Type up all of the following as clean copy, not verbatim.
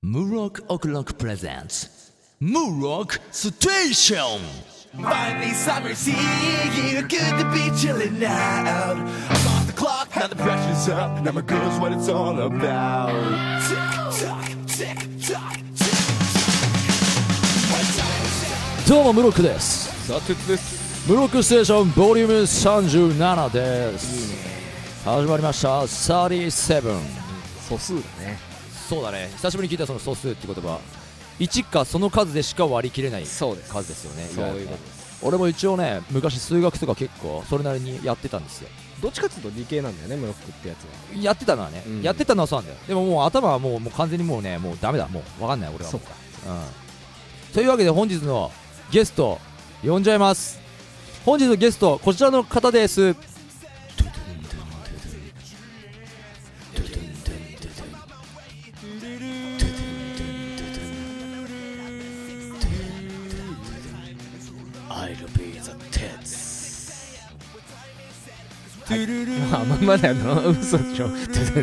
Murok O'Clock presents Murok Station. Finally summer's here, good to be chillin' out. I'm off the clock, now the pressure's up. Now my girl's what it's all about. Tick tock, tick tock, tick tock. どうもムロックです。 さあ鉄です。 ムロックステーションボリューム37です。始まりました。37。 素数だね。 そうだね。久しぶりに聞いたその素数って言葉。1かその数でしか割り切れない数ですよね。 そういうことです。 俺も一応ね、昔数学とか結構それなりにやってたんですよ。 どっちかっていうと理系なんだよね、ムロックってやつは。 やってたのはね、やってたのはそうなんだよ。でももう頭はもう完全にもうね、もうダメだ。もう分かんない俺は。 そうか。 というわけで本日のゲスト呼んじゃいます。本日のゲストこちらの方です。 まだ嘘でしょ。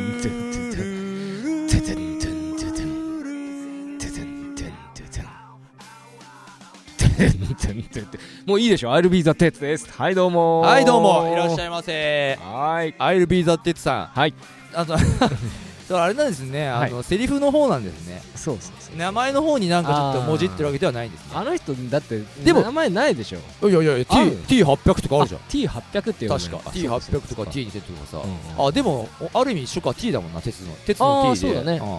もういいでしょ。I'll be the 鉄です。はいどうも。 はいどうもいらっしゃいませ。 はい。 I'll be the 鉄さん。 はい。 あとあれなんですね。 はい、 セリフの方なんですね。 そうそうそう。 名前の方になんかちょっともじってるわけではないんですね。 あの人だってでも名前ないでしょ。 いやいや T800 とかあるじゃん。 T800 っていうの確か T800 とか T2000 とかさ、 うん、 あでもある意味一緒か。 T だもんな。鉄の T で。 そうだね。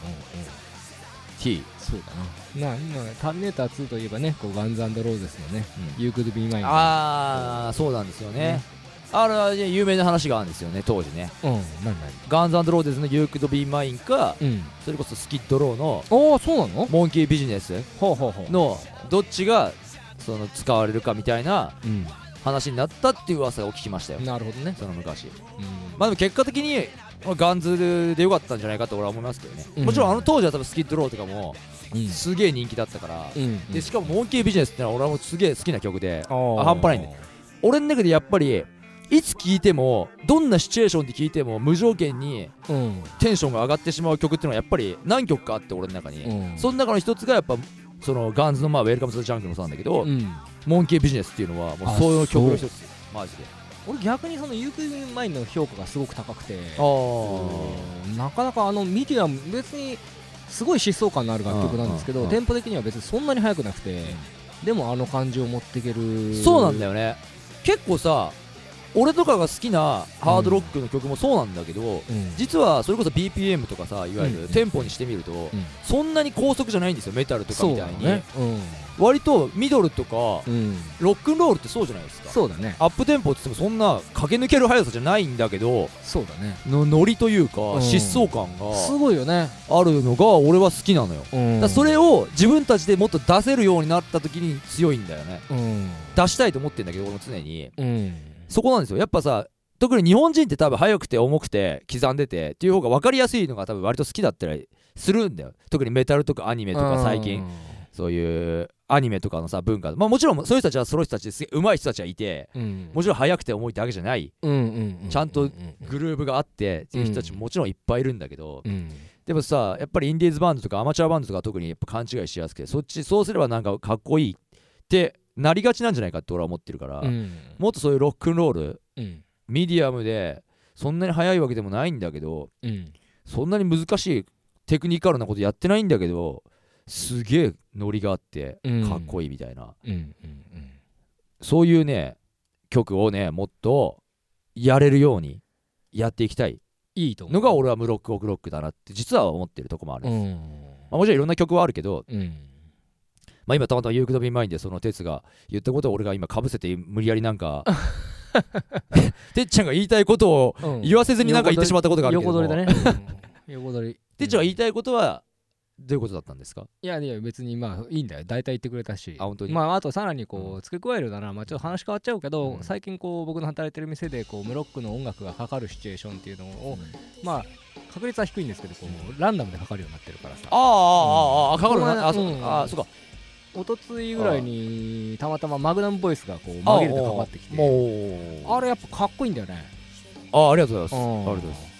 T そうだな。ターミネーター2といえばね、こうガンズ&ローゼスのね、You Could Be Mine。 ああそうなんですよね。あれはね有名な話があるんですよね当時ね。ガンズ&ローゼスの You Could Be Mine か、それこそスキッドローのそうなのモンキービジネスのどっちがその使われるかみたいな話になったっていう噂を聞きましたよ。 なるほどね。 その昔。まあでも結果的にガンズでよかったんじゃないかと俺は思いますけどね。もちろんあの当時は多分スキッドローとかもすげえ人気だったから、でしかもモンキービジネスってのは俺はもうすげえ好きな曲で半端ないんで、俺の中でやっぱりいつ聴いてもどんなシチュエーションで聴いても無条件にテンションが上がってしまう曲っていうのはやっぱり何曲かあって、俺の中に、その中の一つがやっぱそのガンズのウェルカム・トゥ・ジャングルもそうなんだけど、モンキービジネスっていうのはもうそういう曲の一つマジで。 俺逆にその You Could Be Mine の評価がすごく高くて、なかなかミディアム別にすごい疾走感のある楽曲なんですけど、テンポ的には別にそんなに速くなくて、でもあの感じを持っていける。 そうなんだよね。結構さ俺とかが好きなハードロックの曲もそうなんだけど、実はそれこそ BPM とかさ、いわゆるテンポにしてみるとそんなに高速じゃないんですよ。メタルとかみたいに割とミドルとかロックンロールってそうじゃないですか。 そうだね。 アップテンポって言ってもそんな駆け抜ける速さじゃないんだけど、 そうだね。 ノリというか疾走感がすごいよね。 あるのが俺は好きなのよ。だそれを自分たちでもっと出せるようになった時に強いんだよね。出したいと思ってんだけど俺も常にそこなんですよ。やっぱさ、特に日本人って多分速くて重くて刻んでてっていう方が分かりやすいのが多分割と好きだったりするんだよ。特にメタルとかアニメとか最近そういうアニメとかのさ文化、まあもちろんそういう人たちはその人たちですげえ上手い人たちはいて、もちろん速くて重いってわけじゃない、ちゃんとグルーヴがあってっていう人たちももちろんいっぱいいるんだけど、でもさやっぱりインディーズバンドとかアマチュアバンドとか特にやっぱ勘違いしやすくて、そうすればなんかかっこいいってなりがちなんじゃないかって俺は思ってるから、もっとそういうロックンロール、ミディアムでそんなに速いわけでもないんだけど、そんなに難しいテクニカルなことやってないんだけどすげえノリがあってかっこいいみたいな、そういうね曲をねもっとやれるようにやっていきたいのが俺はムロックオクロックだなって実は思ってるとこもあるんです。まあ、もちろんいろんな曲はあるけど、まあ今たまたま You Could Be Mine でその哲が言ったことを俺が今かぶせて無理やりなんかてっちゃんが言いたいことを言わせずになんか言ってしまったことがあるけども、 横取りだね。横取り。 てっちゃんが言いたいことはどういうことだったんですか？ いや別にまあいいんだよ。大体言ってくれたし。 本当に。 まああとさらにこう付け加えるなら、まあちょっと話変わっちゃうけど、最近こう僕の働いてる店でこうムロックの音楽がかかるシチュエーションっていうのを、まあ確率は低いんですけど、こうランダムでかかるようになってるからさ。 かかるな。そうか。 おとついぐらいにたまたまマグナムボイスがこう紛れてかかってきて、あれやっぱかっこいいんだよね。 ありがとうございます。ありがとうございます。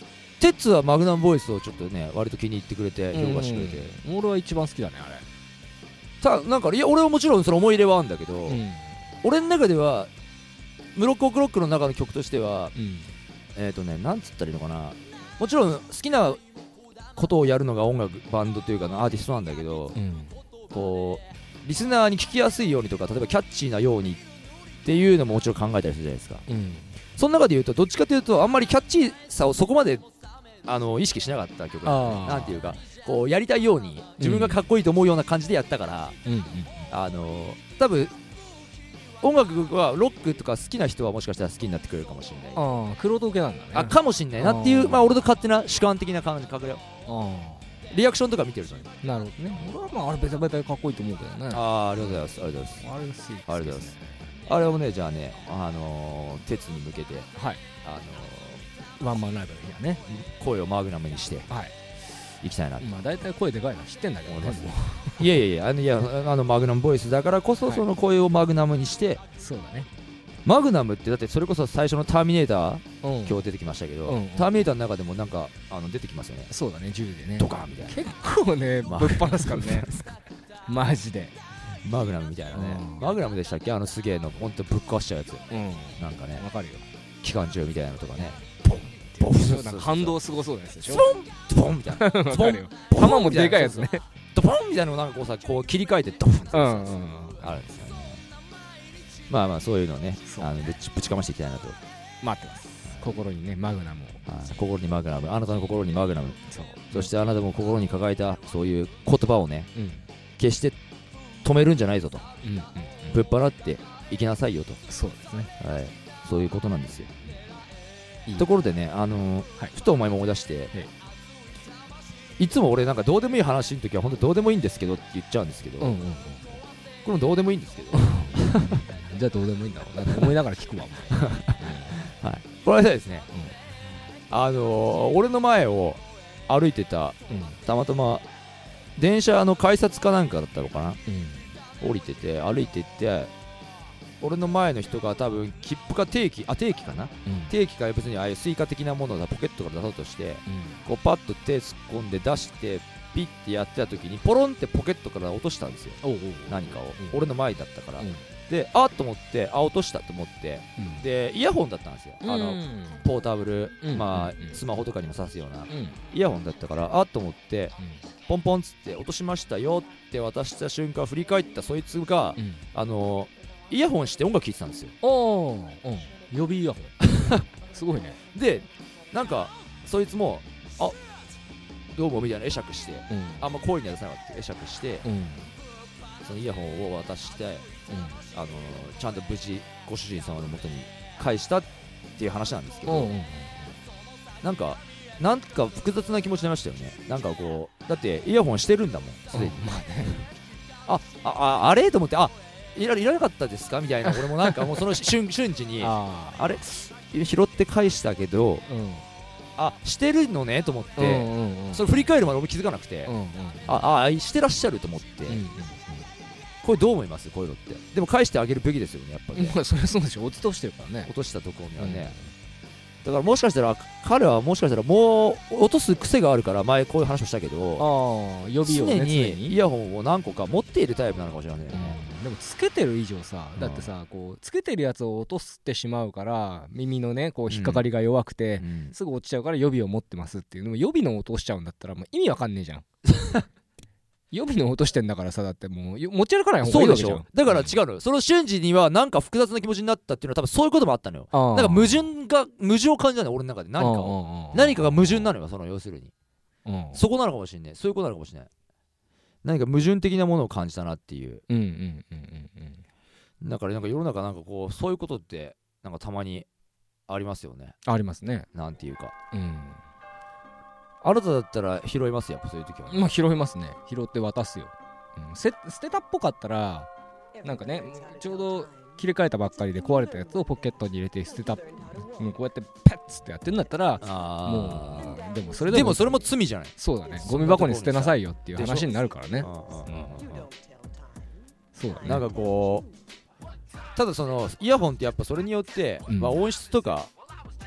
テッツはマグナムボイスをちょっとね割と気に入ってくれて評価してくれて、 俺は一番好きだねあれ。 なんかいや俺はもちろんその思い入れはあるんだけど、俺の中ではムロックオクロックの中の曲としては、なんつったらいいのかな、もちろん好きなことをやるのが音楽バンドというかアーティストなんだけど、こうリスナーに聴きやすいようにとか例えばキャッチーなようにっていうのももちろん考えたりするじゃないですか、その中で言うとどっちかというとあんまりキャッチーさをそこまで意識しなかった曲なんで、ね、なんていうかこうやりたいように自分がかっこいいと思うような感じでやったから、多分音楽はロックとか好きな人はもしかしたら好きになってくれるかもしれない。 クロート受けなんだね。 かもしれないなっていう、俺の勝手な主観的な感覚だよ。リアクションとか見てるじゃん。 なるほどね。俺はまああれベタベタでかっこいいと思うけどね。 ありがとうございます。ありがとうございます。 あれ好き。 ありがとうございます。あれをね、じゃあね、鉄に向けて、 ワンマンライブでね、 声をマグナムにして、いきたいな。 まあ大体声でかいの知ってんだけどね。 いやマグナムボイスだからこそその声をマグナムにして、 そうだね。 マグナムってだってそれこそ最初のターミネーター、今日出てきましたけど、ターミネーターの中でもなんか出てきますよね。 そうだね、銃でね。 ドカーンみたいな。 結構ね、ぶっ放すからね。マジで。 マグナムみたいなね。マグナムでしたっけ、すげえのほんとぶっ壊しちゃうやつ。なんかね。 わかるよ。 機関銃みたいなのとかね。 ポン反動すごそうなやつでしょ。 ポンみたいな。 ポン弾もでかいやつね。 ドポンみたいなのをなんかこう切り替えてドンってあるんですよね。まあそういうのをねぶちかましていきたいなと待ってます。心にねマグナムを、 心にマグナム、あなたの心にマグナム、そしてあなたも心に抱えたそういう言葉をね、決して止めるんじゃないぞと、ぶっ払っていきなさいよと。 そうですね。 そういうことなんですよ。ところでね、ふとお前も思い出して、いつも俺なんかどうでもいい話の時は本当どうでもいいんですけどって言っちゃうんですけど、これもどうでもいいんですけどじゃあどうでもいいんだろうな思いながら聞くわ。 この間ですね、俺の前を歩いてた、たまたま電車の改札かなんかだったのかな、降りてて歩いていって俺の前の人が多分切符か定期かな、定期か別にああいうスイカ的なものをポケットから出そうとして、こうパッと手突っ込んで出してピッてやってた時にポロンってポケットから落としたんですよ、何かを、俺の前だったから、でと思って落としたと思って、でイヤホンだったんですよ、ポータブル、スマホとかにも挿すような、イヤホンだったからと思って、ポンポンっつって落としましたよって渡した瞬間振り返ったそいつが、イヤホンして音楽聴いてたんですよ。 予備イヤホンすごいね。 でなんかそいつもどうもみたいな会釈して、あんま声には出さなかった会釈して、そのイヤホンを渡して、ちゃんと無事ご主人様の元に返したっていう話なんですけど、なんか複雑な気持ちになりましたよね。なんかこうだってイヤホンしてるんだもんすでに、あれと思っていらなかったですかみたいな。俺もなんかもうその瞬時にあれ拾って返したけど、してるのねと思って、それ振り返るまで俺気づかなくて、してらっしゃると思って、これどう思いますこういうのって。でも返してあげるべきですよねやっぱり、ね。 それそうでしょ、落ちとしてるからね。 落としたところにはね、だからもしかしたら彼はもしかしたらもう落とす癖があるから前こういう話をしたけど、 予備をね、 常にイヤホンを何個か持っているタイプなのかもしれないね。 でもつけてる以上さ、だってさこうつけてるやつを落としてしまうから耳のねこう引っかかりが弱くて、すぐ落ちちゃうから予備を持ってますっていうのも、予備の落としちゃうんだったらもう意味わかんねえじゃん。予備の落としてんだからさ、だってもう持ち歩かない方がいいわけじゃん。 だから違うのよ、その瞬時にはなんか複雑な気持ちになったっていうのは多分そういうこともあったのよ。なんか矛盾を感じたのよ俺の中で。何かが矛盾なのよ、その要するに、そこなのかもしれない。そういうことなのかもしれない。何か矛盾的なものを感じたなっていう。だからなんか世の中なんかこうそういうことってなんかたまにありますよね。 ありますね。 なんていうか、あなただったら拾いますよ、そういう時は。 まあ拾いますね。拾って渡すよ。捨てたっぽかったらなんかね、ちょうど切り替えたばっかりで壊れたやつをポケットに入れて捨てた、こうやってパッツってやってんだったら、もうでもそれも罪じゃない。 そうだね、ゴミ箱に捨てなさいよっていう話になるからね。そうだね。 なんかこうただそのイヤホンってやっぱそれによって、音質とか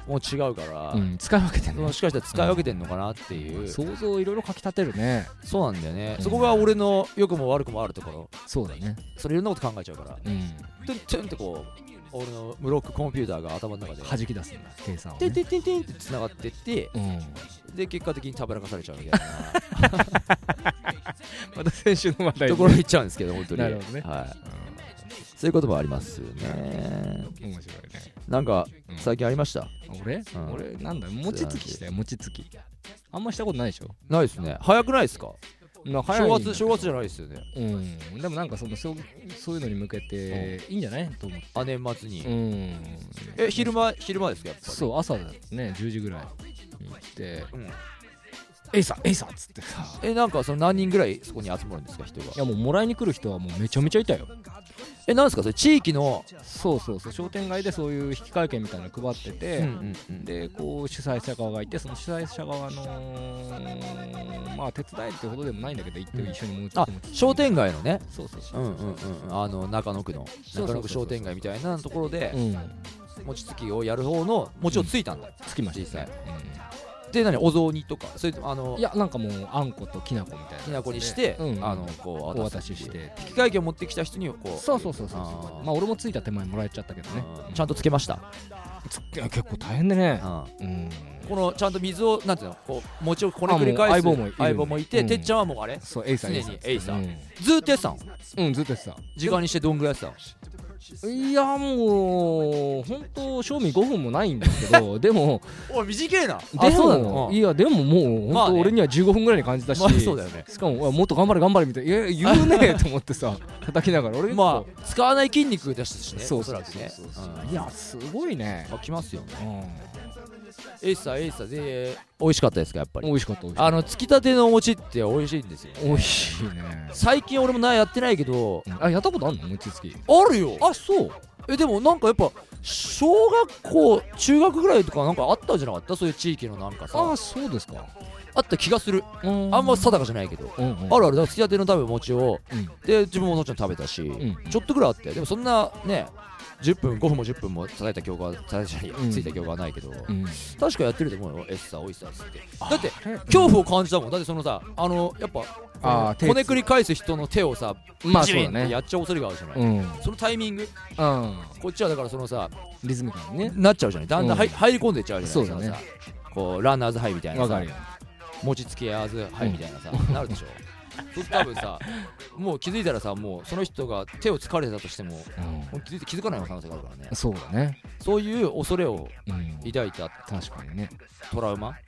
もう違うから、 使い分けてんの、 もしかしたら使い分けてんのかなっていう、 想像をいろいろかきたてるね。 そうなんだよね、そこが俺の良くも悪くもあるところ。 そうだね、 それいろんなこと考えちゃうから、トゥンってこう俺のブロックコンピューターが頭の中で弾き出すんだ、計算を、 テンテンテンテンって繋がってって、で結果的にたぶらかされちゃうみたいなまた先週の話題ところに行っちゃうんですけど、本当に。 なるほどね、 はい、そういうこともありますよね。 面白いね。 なんか最近ありました？ 俺なんだ、餅つきしたよ、餅つき。あんましたことないでしょ？ ないですね。早くないですか？正月じゃないですよね。 でもなんかそういうのに向けていいんじゃないと思って。 年末に。昼間ですか、やっぱり。 そう、朝だね、10時ぐらいに行って、エイサっつってさ。 なんかその何人ぐらいそこに集まるんですか、人が。 いやもうもらいに来る人はもうめちゃめちゃいたよ。 なんですかそれ、地域の。 そう商店街でそういう引換券みたいなの配ってて、でこう主催者側がいて、その主催者側のまあ手伝えってほどでもないんだけど、行って一緒に商店街のね。 そう中野区の商店街みたいなところで餅つきをやる方の餅をついたんだ。 つきました実際。 でお雑煮とか、それいやなんかもうあんこときなこみたいなきなこにしてこうお渡しして、 引換券持ってきた人にこう。 そうまあ俺もついた手前もらえちゃったけどね。 ちゃんとつけました？ 結構大変でね。 このちゃんと水をなんていうの、こう餅をこねくり返す相棒もいて、てっちゃんはもうあれそう、エイサ常にエイサずっとやってたの？ ずっとやってた。 時間にしてどんぐらいやってたの？ いやもう本当賞味5分もないんですけどでもおい短いな。 そうなの。いやでももう本当俺には15分ぐらいに感じたし、 そうだよね。 しかももっと頑張れみたいな言うねと思ってさ叩きながら、俺使わない筋肉出したしね。 そうおそらくね。 いやすごいね。 きますよね。エイサで美味しかったですか？やっぱり美味しかった。 つきたてのお餅って美味しいんですよ。 美味しいね。 最近俺もやってないけど。 やったことあるの？餅つきあるよ。 そう。 でもなんかやっぱ小学校中学ぐらいとかなんかあったんじゃなかった？そういう地域のなんかさ。 そうですか。 あった気がする。あんま定かじゃないけど、ある。だからつきたての食べ餅を、で自分ももちろん食べたし、ちょっとぐらいあって。でもそんなね10分5分も10分もついた記憶はないけど、確かやってると思うよ。エッサオイスターって。だって恐怖を感じたもん。だってそのさやっぱこねくり返す人の手をさバチンってやっちゃう恐れがあるじゃない。そのタイミング、こっちはだからそのさリズム感にねなっちゃうじゃない。だんだん入り込んでっちゃうじゃないですか。こうランナーズハイみたいなさ、餅つきやーずハイみたいなさなるでしょ。そう多分さ、もう気づいたらさ、もうその人が手をつかれてたとしても、気づかない可能性があるからね。 そうだね。 そういう恐れを抱いた、 確かにね、 トラウマ。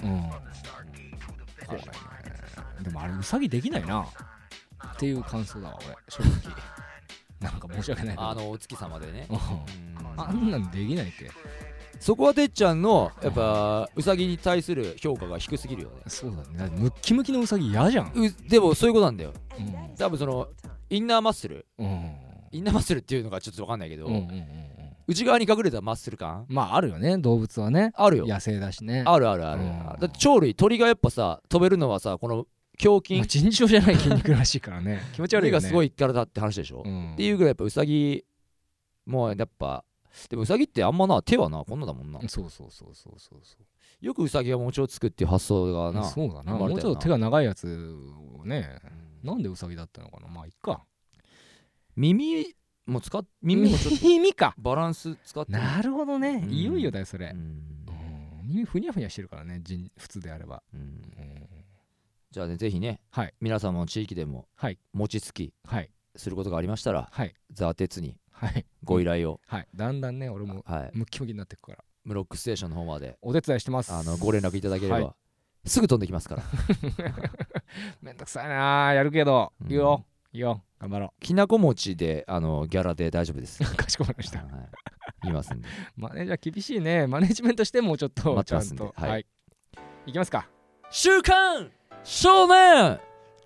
でもあれウサギできないなっていう感想だわ俺、正直。なんか申し訳ないけど。 お月様でね。 あんなんできないって。 そこはてっちゃんのやっぱウサギに対する評価が低すぎるよね。 そうだね。ムッキムキのウサギ嫌じゃん。 でもそういうことなんだよ。多分そのインナーマッスル、インナーマッスルっていうのがちょっと分かんないけど、内側に隠れたマッスル感、 まああるよね。動物はね、 あるよ。 野生だしね。 ある。だって鳥類、鳥がやっぱさ飛べるのはさ、この胸筋、 尋常じゃない筋肉らしいからね。気持ち悪いよね。 がすごい体って話でしょ。っていうぐらいやっぱウサギもうやっぱ。でもウサギってあんまな、手はなこんなだもんな。 そうよくウサギが餅をつくっていう発想がな。 そうだな。もうちょっと手が長いやつをね、なんでウサギだったのかな。まあいっか。 耳もちょっと耳かバランス使って。 なるほどね。いよいよだよそれ。耳ふにゃふにゃしてるからね、普通であれば。じゃあね、ぜひね、皆様の地域でも餅つきすることがありましたら、ザ・テツにご依頼を。だんだんね、俺もムキムキになっていくから、 ムロックステーションの方までお手伝いしてます。 ご連絡いただければすぐ飛んできますから。 めんどくさいな、やるけどいいよ頑張ろう。 きなこ餅でギャラで大丈夫です。 かしこまりました。 いますんで。 マネージャー厳しいね。マネジメントしてもちょっとちゃんと。いきますか。 週刊少年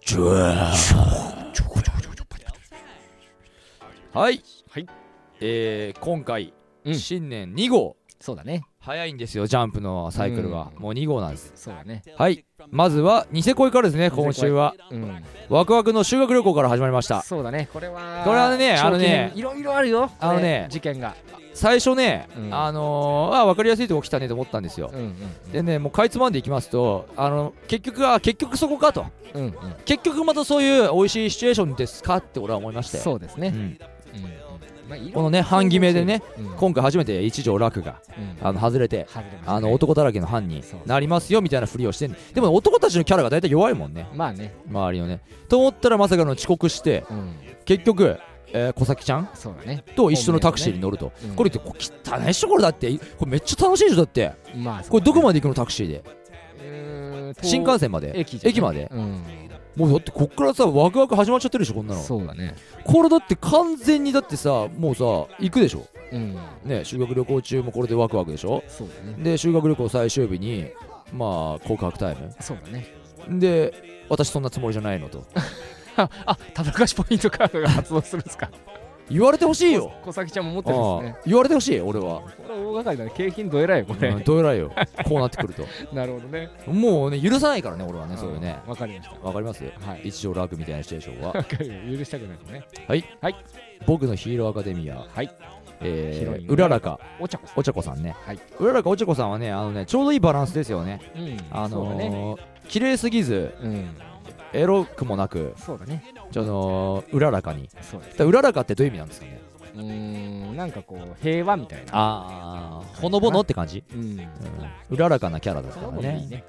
はい、今回新年2号。 そうだね。 早いんですよ、ジャンプのサイクルが。もう2号なんです。 そうだね。 はい、まずはニセ恋からですね。今週はワクワクの修学旅行から始まりました。 そうだね。これはね、 いろいろあるよ。事件が最初ね、分かりやすいとこ来たねと思ったんですよ、でね、もうかいつまんでいきますと、結局そこかと、結局またそういう美味しいシチュエーションですかって俺は思いましたよ。 そうですね、 このね半決めでね、今回初めて一条楽が外れて、男だらけの犯になりますよみたいなふりをしてんでも男たちのキャラが大体弱いもんね、 まあね、 周りのね。と思ったらまさかの遅刻して、結局小崎ちゃんと一緒のタクシーに乗ると、これって汚いっしょこれ。だってこれめっちゃ楽しいでしょ。だってこれどこまで行くのタクシーで、新幹線まで、駅まで、もうだってこっからさワクワク始まっちゃってるでしょこんなの。 そうだね、 これだって完全にだってさもうさ行くでしょ、ね、修学旅行中もこれでワクワクでしょ。そうだね。で修学旅行最終日にまあ告白タイム。 そうだね。 で私そんなつもりじゃないのとたぶらかしポイントカードが発動するんですか。 言われてほしいよ。 小崎ちゃんも持ってるんですね。 言われてほしい俺は。 これは大掛かりだね。景品どえらいよこれ、 どえらいよこうなってくるとなるほどね。 もうね許さないからね俺はね、そういうね。 わかりました。 わかります、一条楽みたいなシチュエーションはわかるよ、許したくないのね。 はい、僕のヒーローアカデミア、うららかお茶子さんね。うららかお茶子さんはねちょうどいいバランスですよね。綺麗すぎずエロくもなく、 そうだね、 うららかに。うららかってどういう意味なんですかね。 なんかこう平和みたいな、 ほのぼのって感じ。うららかなキャラですからね。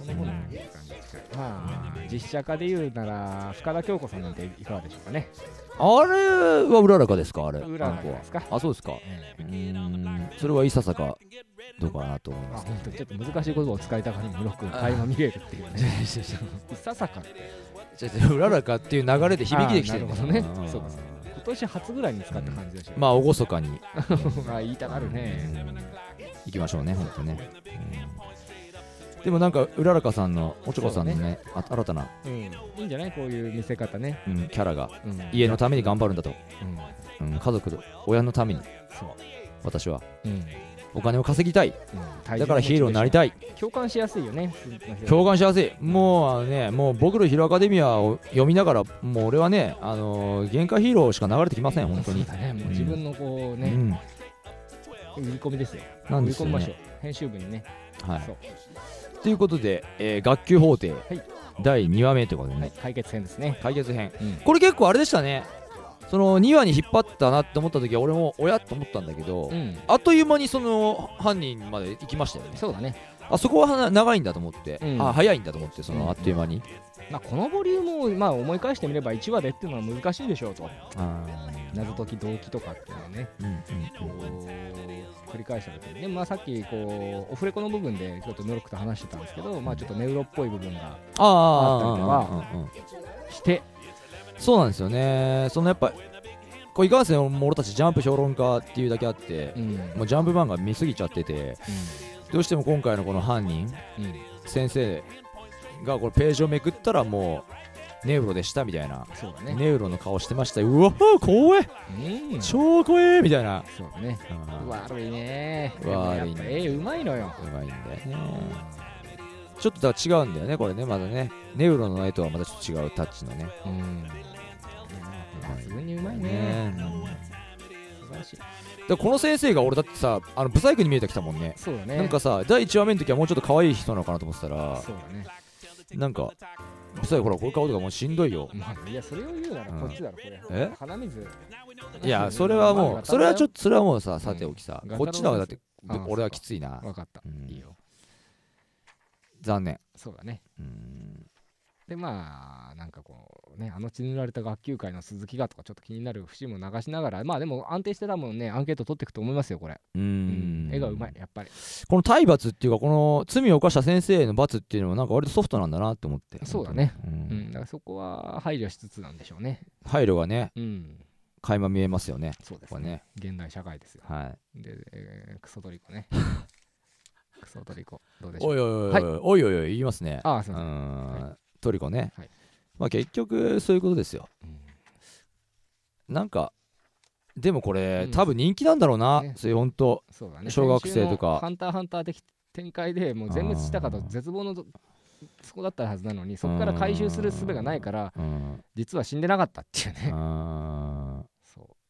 実写化で言うなら深田恭子さんなんていかがでしょうかね。 あれはうららかですか。あれうららかですか。 そうですか。それはいささかどうかなと思います。 ちょっと難しい言葉を使いたがりにムロックが垣間見れるっていうね。いささかうららかっていう流れで響きできてるんですね。 そうです。今年初ぐらいに使った感じでしょ。 まあ厳かに言いたがるね。 行きましょうね本当ね。でもなんかうららかさんのおちょこさんのね新たないいんじゃないこういう見せ方ね。 キャラが家のために頑張るんだと、家族親のために私はお金を稼ぎたい、だからヒーローになりたい。 共感しやすいよね。 共感しやすい。もう僕のヒーローアカデミアを読みながらもう俺はね限界ヒーローしか流れてきません本当に。 もう自分のこうね売り込みですよ。売り込みましょう編集部にね。ということで学級法廷第2話目ということでね、 解決編ですね。 解決編、これ結構あれでしたね。その2話に引っ張ったなって思った時は俺もおやと思ったんだけど、あっという間にその犯人まで行きましたよね。 そうだね。 そこは長いんだと思って、早いんだと思って、そのあっという間に、 このボリュームを思い返してみれば1話でっていうのは難しいでしょうと。謎解き動機とかっていうのはね、繰り返した時にでもさっきこうオフレコの部分でちょっとノロックと話してたんですけど、ちょっとネウロっぽい部分があったりとかして、 そうなんですよね。そのやっぱこういかんせん俺たちジャンプ評論家っていうだけあって、もうジャンプ漫画見すぎちゃってて、どうしても今回のこの犯人、先生がこれページをめくったらもうネウロでしたみたいな、ネウロの顔してましたよ。うわー怖え、超怖えみたいな。 そうだね。悪いね。悪いね。うまいのよ。 うまいんだよね。ちょっとだから違うんだよねこれね。まだねネウロの絵とはまたちょっと違うタッチのね。 抜群にうまいね。素晴らしい。 だこの先生が俺だってさブサイクに見えてきたもんね。 そうだね。 なんかさ第1話目の時はもうちょっと可愛い人なのかなと思ってたら、 そうだね。 なんかブサイクほらこういう顔とかもうしんどいよ。 いやそれを言うならこっちだろこれ。鼻水。 いやそれはもうそれはもうさておきさ、こっちの方がだって俺はきついな。 分かった。いいよ。 残念。 そうだね。でなんかこうね血塗られた学級会の鈴木がとかちょっと気になる節も流しながら、でも安定してたもんね。アンケート取っていくと思いますよこれ。絵がうまいやっぱり。この体罰っていうかこの罪を犯した先生への罰っていうのもなんか割とソフトなんだなって思って。 そうだね。だからそこは配慮しつつなんでしょうね。 配慮がね垣間見えますよね。 そうですね。現代社会ですよ。でクソトリコね。クソトリコどうでしょう。 おい言いますね。 すいません。 トリコね。結局そういうことですよ。なんかでもこれ多分人気なんだろうな。そういう本当小学生とかハンターハンター的展開でもう全滅したかと絶望のそこだったはずなのに、そこから回収する術がないから実は死んでなかったっていうね。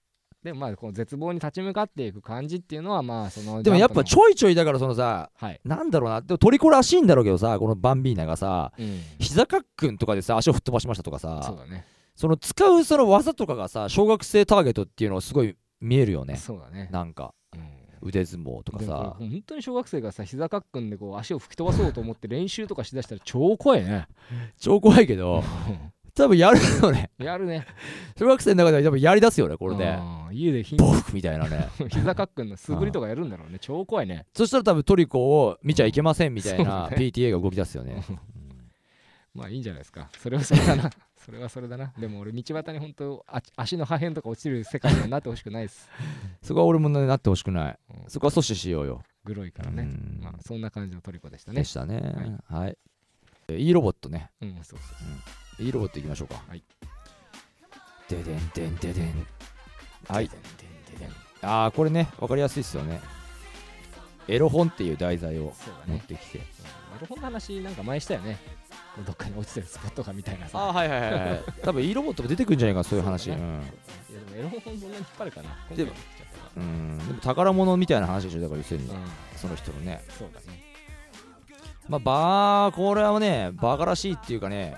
でもまあこの絶望に立ち向かっていく感じっていうのはまあそのでもやっぱちょいちょいだからそのさ、 はい、 なんだろうな、でもトリコらしいんだろうけどさ、このバンビーナがさ、膝かっくんとかでさ足を吹っ飛ばしましたとかさ、 そうだね、 その使うその技とかがさ小学生ターゲットっていうのがすごい見えるよね。 そうだね、 なんか、腕相撲とかさ、 本当に小学生がさ膝かっくんでこう足を吹き飛ばそうと思って練習とかしだしたら超怖いね超怖いけど多分やるよね。 やるね。 小学生の中では多分やりだすよねこれで。 家でボフみたいなね膝かっくんの素振りとかやるんだろうね。超怖いね。 そしたら多分トリコを見ちゃいけませんみたいな PTA が動き出すよね。 まあいいんじゃないですか。それはそれだなそれはそれだな。でも俺道端に本当足の破片とか落ちる世界にはなってほしくないです。 そこは俺もなってほしくない、そこは阻止しようよ。 グロいからね。まあそんな感じのトリコでしたね。 でしたね。はい。いいロボットね。 そうそう。 いいロボットいきましょうか。はい。ででんでんででん。はい。ああこれね分かりやすいですよね。エロ本っていう題材を持ってきて。エロ本の話なんか前したよね。どっかに落ちてるスポットがみたいなさ。 はいはいはいはい。多分いいロボットも出てくるんじゃないかそういう話。いやでもエロ本そんなに引っ張るかな。 でも宝物みたいな話でしょだから要するにその人のね。 そうだね。 まあこれはねバカらしいっていうかね、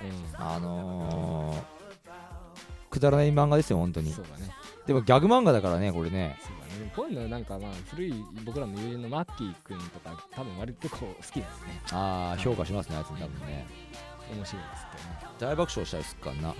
くだらない漫画ですよ本当に。 そうだね。 でもギャグ漫画だからねこれね。 そうだね。こういうのなんかまあ古い僕らの友人のマッキーくんとか多分割とこう好きですね。 ああ評価しますねあいつ多分ね。 面白いですってね。 大爆笑したりすっからな。そう。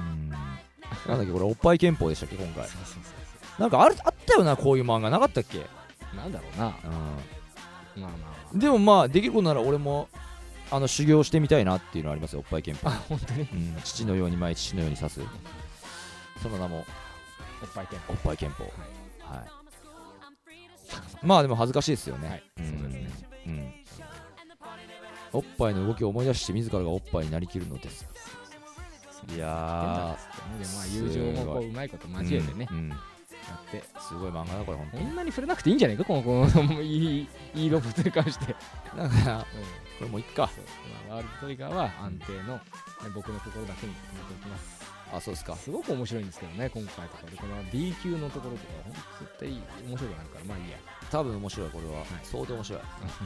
なんだっけこれおっぱい憲法でしたっけ今回。なんかあったよなこういう漫画なかったっけ。 なんだろうな。 でもまあできることなら俺も修行してみたいなっていうのはありますよおっぱい憲法。 あ本当に。 父のように前父のように刺す。その名もおっぱい憲法。 おっぱい憲法。はい。まあでも恥ずかしいですよね。 そうですね。 おっぱいの動きを思い出して自らがおっぱいになりきるのです。いやー。 まあ友情もこううまいこと交えてね。やってすごい漫画だこれ本当に。 こんなに触れなくていいんじゃないかこのいいロボットに関して。 なんかこれもういっか。 ワールドトリガーは安定の僕の心だけに止めておきます。 あそうですか。 すごく面白いんですけどね今回とかでこの B 級のところとか本当絶対面白くなるからまあいいや。 多分面白いこれは、相当面白い。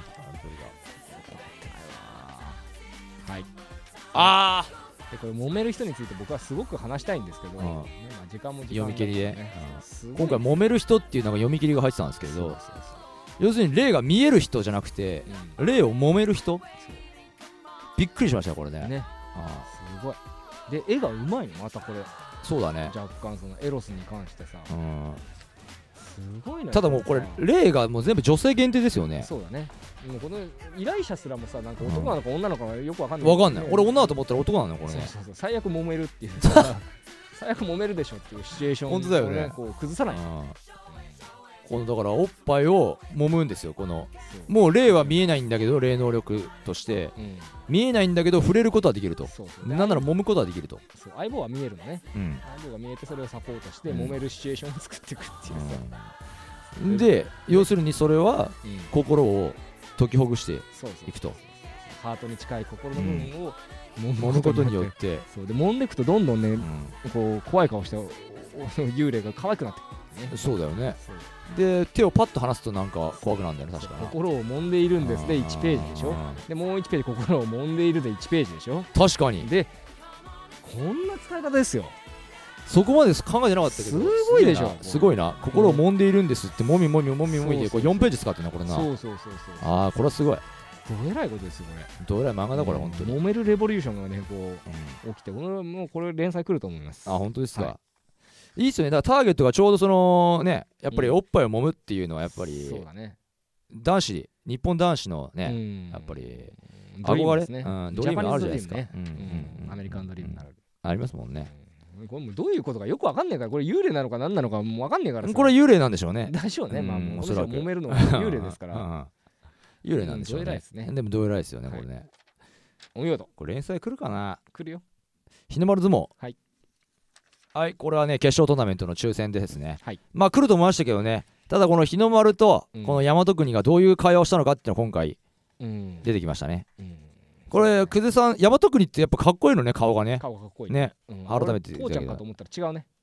はいああでこれ揉める人について僕はすごく話したいんですけど、時間も読み切りで、今回揉める人っていうのが読み切りが入ってたんですけど、要するに霊が見える人じゃなくて、霊を揉める人、びっくりしましたよこれね。 すごい。で絵がうまいのまたこれ。 そうだね。 若干そのエロスに関してさ、すごいね。 ただもうこれ霊がもう全部女性限定ですよね。 そうだね。もうこの依頼者すらもさなんか男なのか女なのかよくわかんない。 わかんない。俺女だと思ったら男なのよこれね。 そう最悪揉めるっていう最悪揉めるでしょっていうシチュエーションを本当だよね。 こう崩さない。 このだからおっぱいを揉むんですよこの。もう霊は見えないんだけど霊能力として見えないんだけど触れることはできると。なんなら揉むことはできると。 相棒は見えるのね。相棒が見えてそれをサポートして揉めるシチュエーションを作っていくっていうさ。 で要するにそれは心を解きほぐしていくと。 ハートに近い心の部分を揉むことによってで揉んでいくとどんどんねこう怖い顔して幽霊が可愛くなってくる。 そうだよね。で手をパッと離すとなんか怖くなるんだよね確かに。 心を揉んでいるんですで1ページでしょ。でもう1ページ心を揉んでいるで1ページでしょ。 確かに。 でこんな使い方ですよ。 そこまで考えてなかったけどすごいでしょ。 すごいな。心を揉んでいるんですってもみもみもみもみでこれ4ページ使ってんなこれな。 そうああこれはすごい。 どえらいことですよこれ。 どえらい漫画だこれ本当に。 揉めるレボリューションがねこう起きてもうこれ連載来ると思います。 あ本当ですか。いいっすよね。だからターゲットがちょうどそのねやっぱりおっぱいを揉むっていうのはやっぱりそうだね。 男子日本男子のねやっぱり憧れドリームあるじゃないですか。 アメリカンドリームになるありますもんね。 これもどういうことかよくわかんねえからこれ幽霊なのか何なのかもうわかんねえからさ。 これ幽霊なんでしょうね。 でしょうね。まあおそらく揉めるのは幽霊ですから幽霊なんでしょうね。でもどうえらいですよねこれね。 お見事。 これ連載来るかな。 来るよ。 日の丸相撲。はいこれはね決勝トーナメントの抽選でですね。まあ来ると思いましたけどね。ただこの日の丸とこの大和国がどういう会話をしたのかっていうのが今回出てきましたね。これ久世さん大和国ってやっぱかっこいいのね顔がね。 顔がかっこいいね。改めて父ちゃんかと思ったら違うね。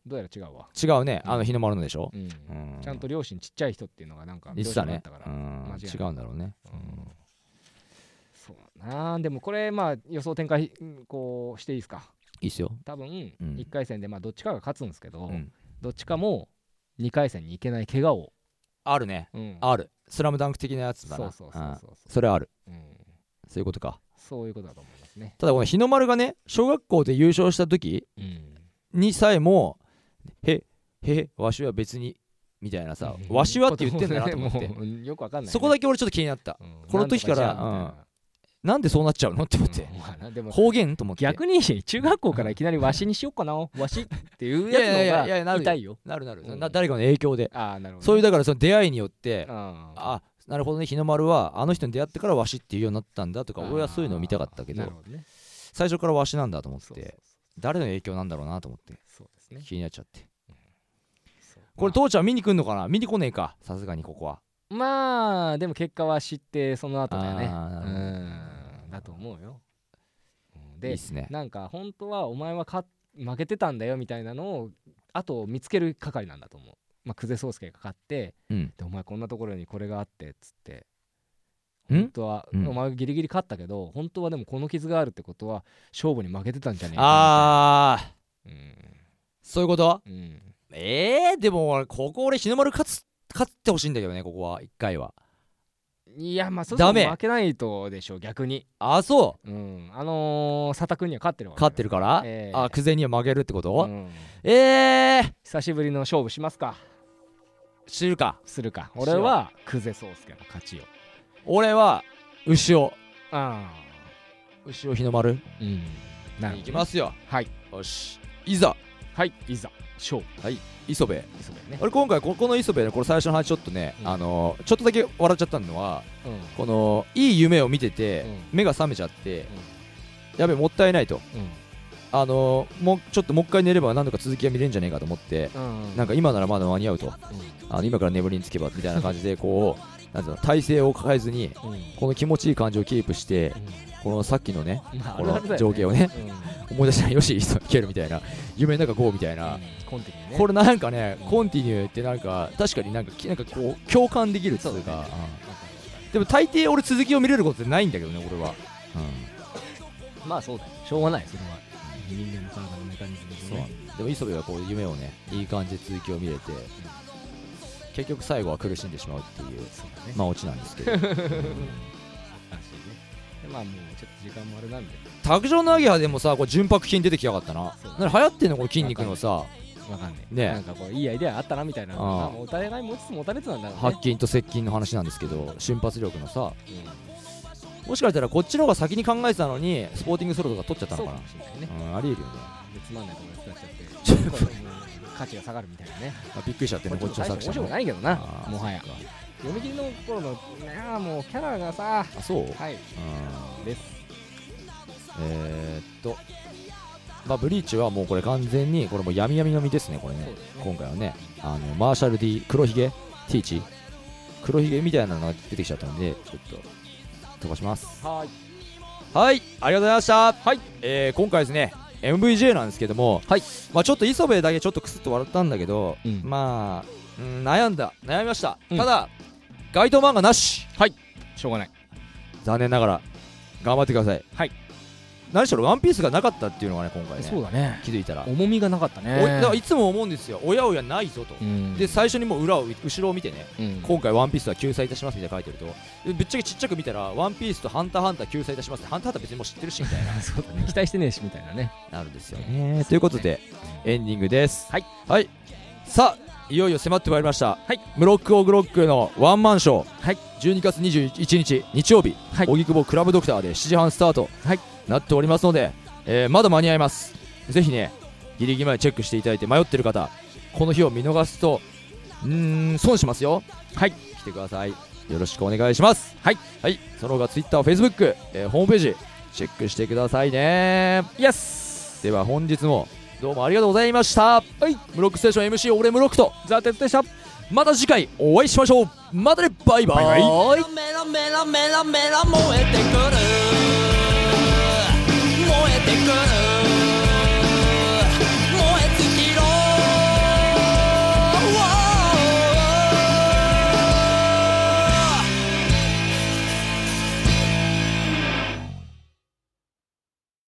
どうやら違うわ。 違うね、日の丸のでしょ、 ちゃんと両親ちっちゃい人っていうのがなんか言ってたね。違うんだろうね。 そうだな。でもこれまあ予想展開こうしていいですか。 いいっすよ。 多分1回戦でまあどっちかが勝つんですけど、どっちかも2回戦に行けない怪我をあるね、ある。スラムダンク的なやつだな。それある。そういうことか。 そういうことだと思いますね。 ただこの日の丸がね、小学校で優勝した時にさえもわしは別にみたいなさ、わしはって言ってんだなと思ってよくわかんない。 そこだけ俺ちょっと気になった。この時からなんでそうなっちゃうのって思って、方言と思って。 逆に中学校からいきなりわしにしよっかな、わしっていうやつのが痛いよ。 なる誰かの影響で。そういうだからその出会いによって、なるほどね、日の丸はあの人に出会ってからわしっていうようになったんだとか、俺はそういうのを見たかったけど、最初からわしなんだと思って、誰の影響なんだろうなと思って気になっちゃって。これ父ちゃん見に来んのかな。見に来ねえか、さすがにここは。 まあでも結果は知ってその後だよね。だと思うよ。でいいっすね。なんか本当はお前は負けてたんだよみたいなのをあと見つける係なんだと思う。まあ久世宗介が勝って、でお前こんなところにこれがあってっつって、本当はお前ギリギリ勝ったけど、本当はでもこの傷があるってことは勝負に負けてたんじゃねえかみたいな。 そういうこと。でもここ俺日の丸勝ってほしいんだけどね、ここは1回は。 いやまあそれも負けないとでしょ逆に。 そう。 佐田君には勝ってるわけ。 勝ってるから。久世には負けるってこと。 久しぶりの勝負しますか。 するか。 俺は久世宗介の勝ちよ。 俺は牛尾日の丸。いきますよ。 はい。 よし、いざ。 いざ勝負。 磯部ね。俺今回この磯部ね、これ最初の話ちょっとね、ちょっとだけ笑っちゃったのは、このいい夢を見てて目が覚めちゃって、やべもったいないと、もうちょっともう一回寝れば何度か続きが見れるんじゃねえかと思って、なんか今ならまだ間に合うと、今から眠りにつけばみたいな感じでこうなんていうの、体勢を変えずにこの気持ちいい感じをキープして、このさっきのね、この情景をね思い出したらよしいけるみたいな、夢の中こうみたいな、これなんかね、コンティニューってなんか確かになんかこう共感できるっていうか、でも大抵俺続きを見れることってないんだけどね、俺は。 まあそうだよ、しょうがない、それは人間の体のメカニズムですね。 でも磯部はこう夢をね、いい感じで続きを見れて、結局最後は苦しんでしまうっていうまあオチなんですけど。 まあもうちょっと時間もあれなんで、 卓上のアゲハでもさ、これ純白筋出てきやがったな。なんか流行ってんのこの筋肉のさ、 わかんね、なんかこういいアイデアあったなみたいな、お互い持ちつ持たれつなんだろうね。 白筋と接筋の話なんですけど、瞬発力のさ、もしかしたらこっちの方が先に考えてたのにスポーティングソロとか取っちゃったのかな。ありえるよね。 つまんないところで使っちゃって価値が下がるみたいなね。 びっくりしちゃってね、こっちの作者面白くないけどな、もはや読み切りの頃のもうキャラがさ。 そうです。 まあブリーチはもうこれ完全にこれも闇の実ですね、これね。今回はね、マーシャル D 黒ひげティーチ黒ひげみたいなのが出てきちゃったんで、ちょっと飛ばします。はい、ありがとうございました。今回ですね MVJ なんですけども、まあちょっと磯部だけちょっとクスッと笑ったんだけど、まあ悩みました。ただ該当漫画なし。 しょうがない、 残念ながら頑張ってください。何しろワンピースがなかったっていうのがね、今回ね。 そうだね、 気づいたら重みがなかったね。 だからいつも思うんですよ、おやおやないぞと。で最初にもう後ろを見てね、今回ワンピースは救済いたしますみたいな書いてると、ぶっちゃけちっちゃく見たらワンピースとハンターハンター救済いたしますって、ハンターハンター別にもう知ってるしみたいな。 そうだね、期待してねえしみたいなね、 なるんですよね。ということでエンディングです。さあいよいよ迫ってまいりました、ムロックオグロックのワンマンショー、12月21日日曜日、荻窪クラブドクターで7時半スタート、なっておりますので、まだ間に合います。ぜひねギリギリまでチェックしていただいて、迷ってる方この日を見逃すと損しますよ。来てください、よろしくお願いします。その他 Twitter、Facebook、ホームページチェックしてくださいね。では本日もどうもありがとうございました。ムロックステーション MC 俺ムロックとザ・テツでした。 また次回お会いしましょう。またね、バイバイ。 メロメロメロメロ燃えてくる燃えてくる